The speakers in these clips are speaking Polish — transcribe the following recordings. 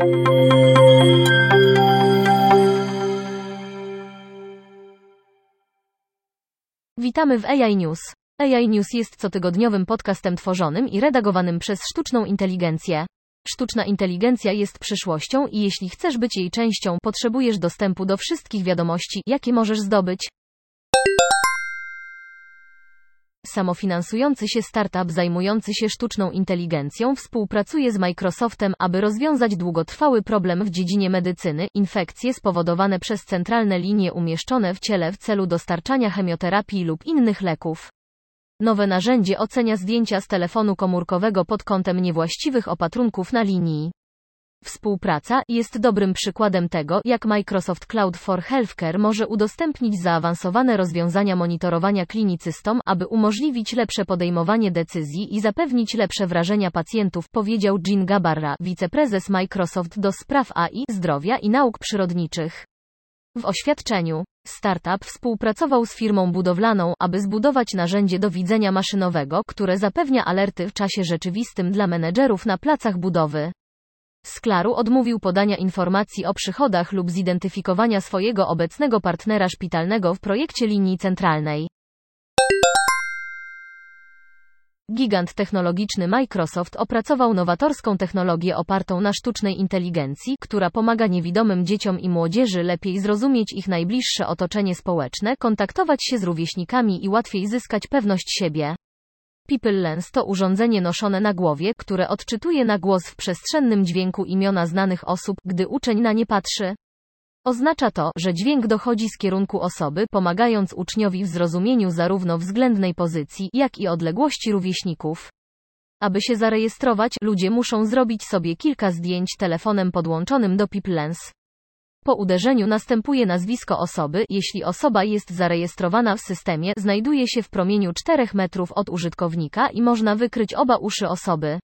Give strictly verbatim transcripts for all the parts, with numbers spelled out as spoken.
Witamy w A I News. A I News jest cotygodniowym podcastem tworzonym i redagowanym przez sztuczną inteligencję. Sztuczna inteligencja jest przyszłością i jeśli chcesz być jej częścią, potrzebujesz dostępu do wszystkich wiadomości, jakie możesz zdobyć. Samofinansujący się startup zajmujący się sztuczną inteligencją współpracuje z Microsoftem, aby rozwiązać długotrwały problem w dziedzinie medycyny, infekcje spowodowane przez centralne linie umieszczone w ciele w celu dostarczania chemioterapii lub innych leków. Nowe narzędzie ocenia zdjęcia z telefonu komórkowego pod kątem niewłaściwych opatrunków na linii. Współpraca jest dobrym przykładem tego, jak Microsoft Cloud for Healthcare może udostępnić zaawansowane rozwiązania monitorowania klinicystom, aby umożliwić lepsze podejmowanie decyzji i zapewnić lepsze wrażenia pacjentów, powiedział Gene Gabarra, wiceprezes Microsoft do spraw A I, zdrowia i nauk przyrodniczych. W oświadczeniu, startup współpracował z firmą budowlaną, aby zbudować narzędzie do widzenia maszynowego, które zapewnia alerty w czasie rzeczywistym dla menedżerów na placach budowy. Sklaru odmówił podania informacji o przychodach lub zidentyfikowania swojego obecnego partnera szpitalnego w projekcie linii centralnej. Gigant technologiczny Microsoft opracował nowatorską technologię opartą na sztucznej inteligencji, która pomaga niewidomym dzieciom i młodzieży lepiej zrozumieć ich najbliższe otoczenie społeczne, kontaktować się z rówieśnikami i łatwiej zyskać pewność siebie. People Lens to urządzenie noszone na głowie, które odczytuje na głos w przestrzennym dźwięku imiona znanych osób, gdy uczeń na nie patrzy. Oznacza to, że dźwięk dochodzi z kierunku osoby, pomagając uczniowi w zrozumieniu zarówno względnej pozycji, jak i odległości rówieśników. Aby się zarejestrować, ludzie muszą zrobić sobie kilka zdjęć telefonem podłączonym do People Lens. Po uderzeniu następuje nazwisko osoby, jeśli osoba jest zarejestrowana w systemie, znajduje się w promieniu czterech metrów od użytkownika i można wykryć oba uszy osoby.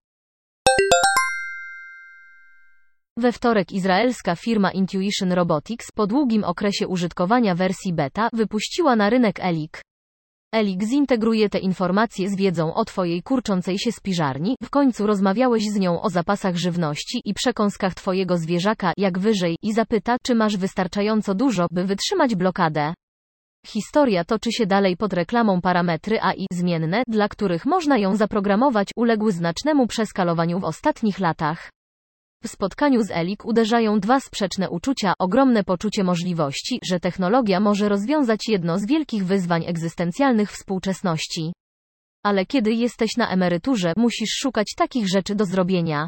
We wtorek izraelska firma Intuition Robotics, po długim okresie użytkowania wersji beta, wypuściła na rynek Elik. Elik zintegruje te informacje z wiedzą o Twojej kurczącej się spiżarni, w końcu rozmawiałeś z nią o zapasach żywności i przekąskach Twojego zwierzaka, jak wyżej, i zapyta, czy masz wystarczająco dużo, by wytrzymać blokadę. Historia toczy się dalej pod reklamą. Parametry A I, zmienne, dla których można ją zaprogramować, uległy znacznemu przeskalowaniu w ostatnich latach. W spotkaniu z Elik uderzają dwa sprzeczne uczucia, ogromne poczucie możliwości, że technologia może rozwiązać jedno z wielkich wyzwań egzystencjalnych współczesności. Ale kiedy jesteś na emeryturze, musisz szukać takich rzeczy do zrobienia.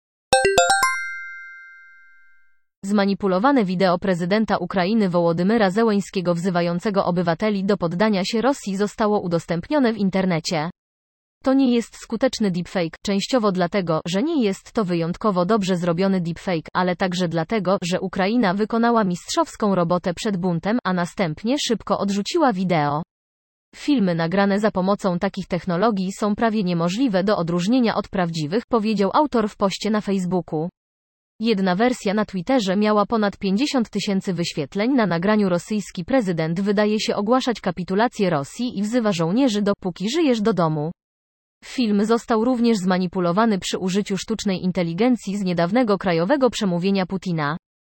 Zmanipulowane wideo prezydenta Ukrainy Wołodymyra Zełeńskiego wzywającego obywateli do poddania się Rosji zostało udostępnione w internecie. To nie jest skuteczny deepfake, częściowo dlatego, że nie jest to wyjątkowo dobrze zrobiony deepfake, ale także dlatego, że Ukraina wykonała mistrzowską robotę przed buntem, a następnie szybko odrzuciła wideo. Filmy nagrane za pomocą takich technologii są prawie niemożliwe do odróżnienia od prawdziwych, powiedział autor w poście na Facebooku. Jedna wersja na Twitterze miała ponad pięćdziesiąt tysięcy wyświetleń. Na nagraniu rosyjski prezydent wydaje się ogłaszać kapitulację Rosji i wzywa żołnierzy do „póki żyjesz do domu”. Film został również zmanipulowany przy użyciu sztucznej inteligencji z niedawnego krajowego przemówienia Putina.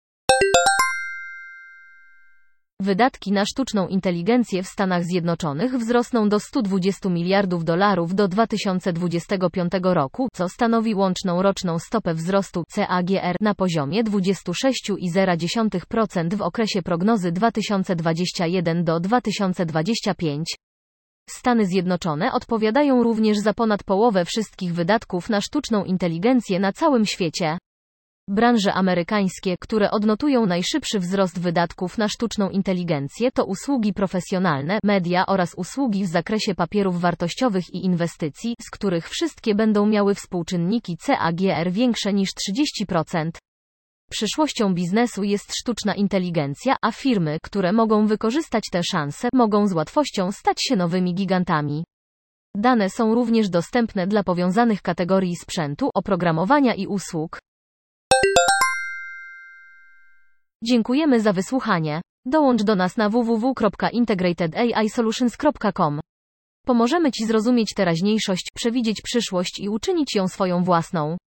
Wydatki na sztuczną inteligencję w Stanach Zjednoczonych wzrosną do stu dwudziestu miliardów dolarów do dwa tysiące dwudziestego piątego roku, co stanowi łączną roczną stopę wzrostu C A G R na poziomie dwadzieścia sześć przecinek zero procent w okresie prognozy dwa tysiące dwudziesty pierwszy do dwa tysiące dwudziestego piątego. Stany Zjednoczone odpowiadają również za ponad połowę wszystkich wydatków na sztuczną inteligencję na całym świecie. Branże amerykańskie, które odnotują najszybszy wzrost wydatków na sztuczną inteligencję, to usługi profesjonalne, media oraz usługi w zakresie papierów wartościowych i inwestycji, z których wszystkie będą miały współczynniki C A G R większe niż trzydzieści procent. Przyszłością biznesu jest sztuczna inteligencja, a firmy, które mogą wykorzystać te szanse, mogą z łatwością stać się nowymi gigantami. Dane są również dostępne dla powiązanych kategorii sprzętu, oprogramowania i usług. Dziękujemy za wysłuchanie. Dołącz do nas na w w w kropka integrated a i solutions kropka com. Pomożemy Ci zrozumieć teraźniejszość, przewidzieć przyszłość i uczynić ją swoją własną.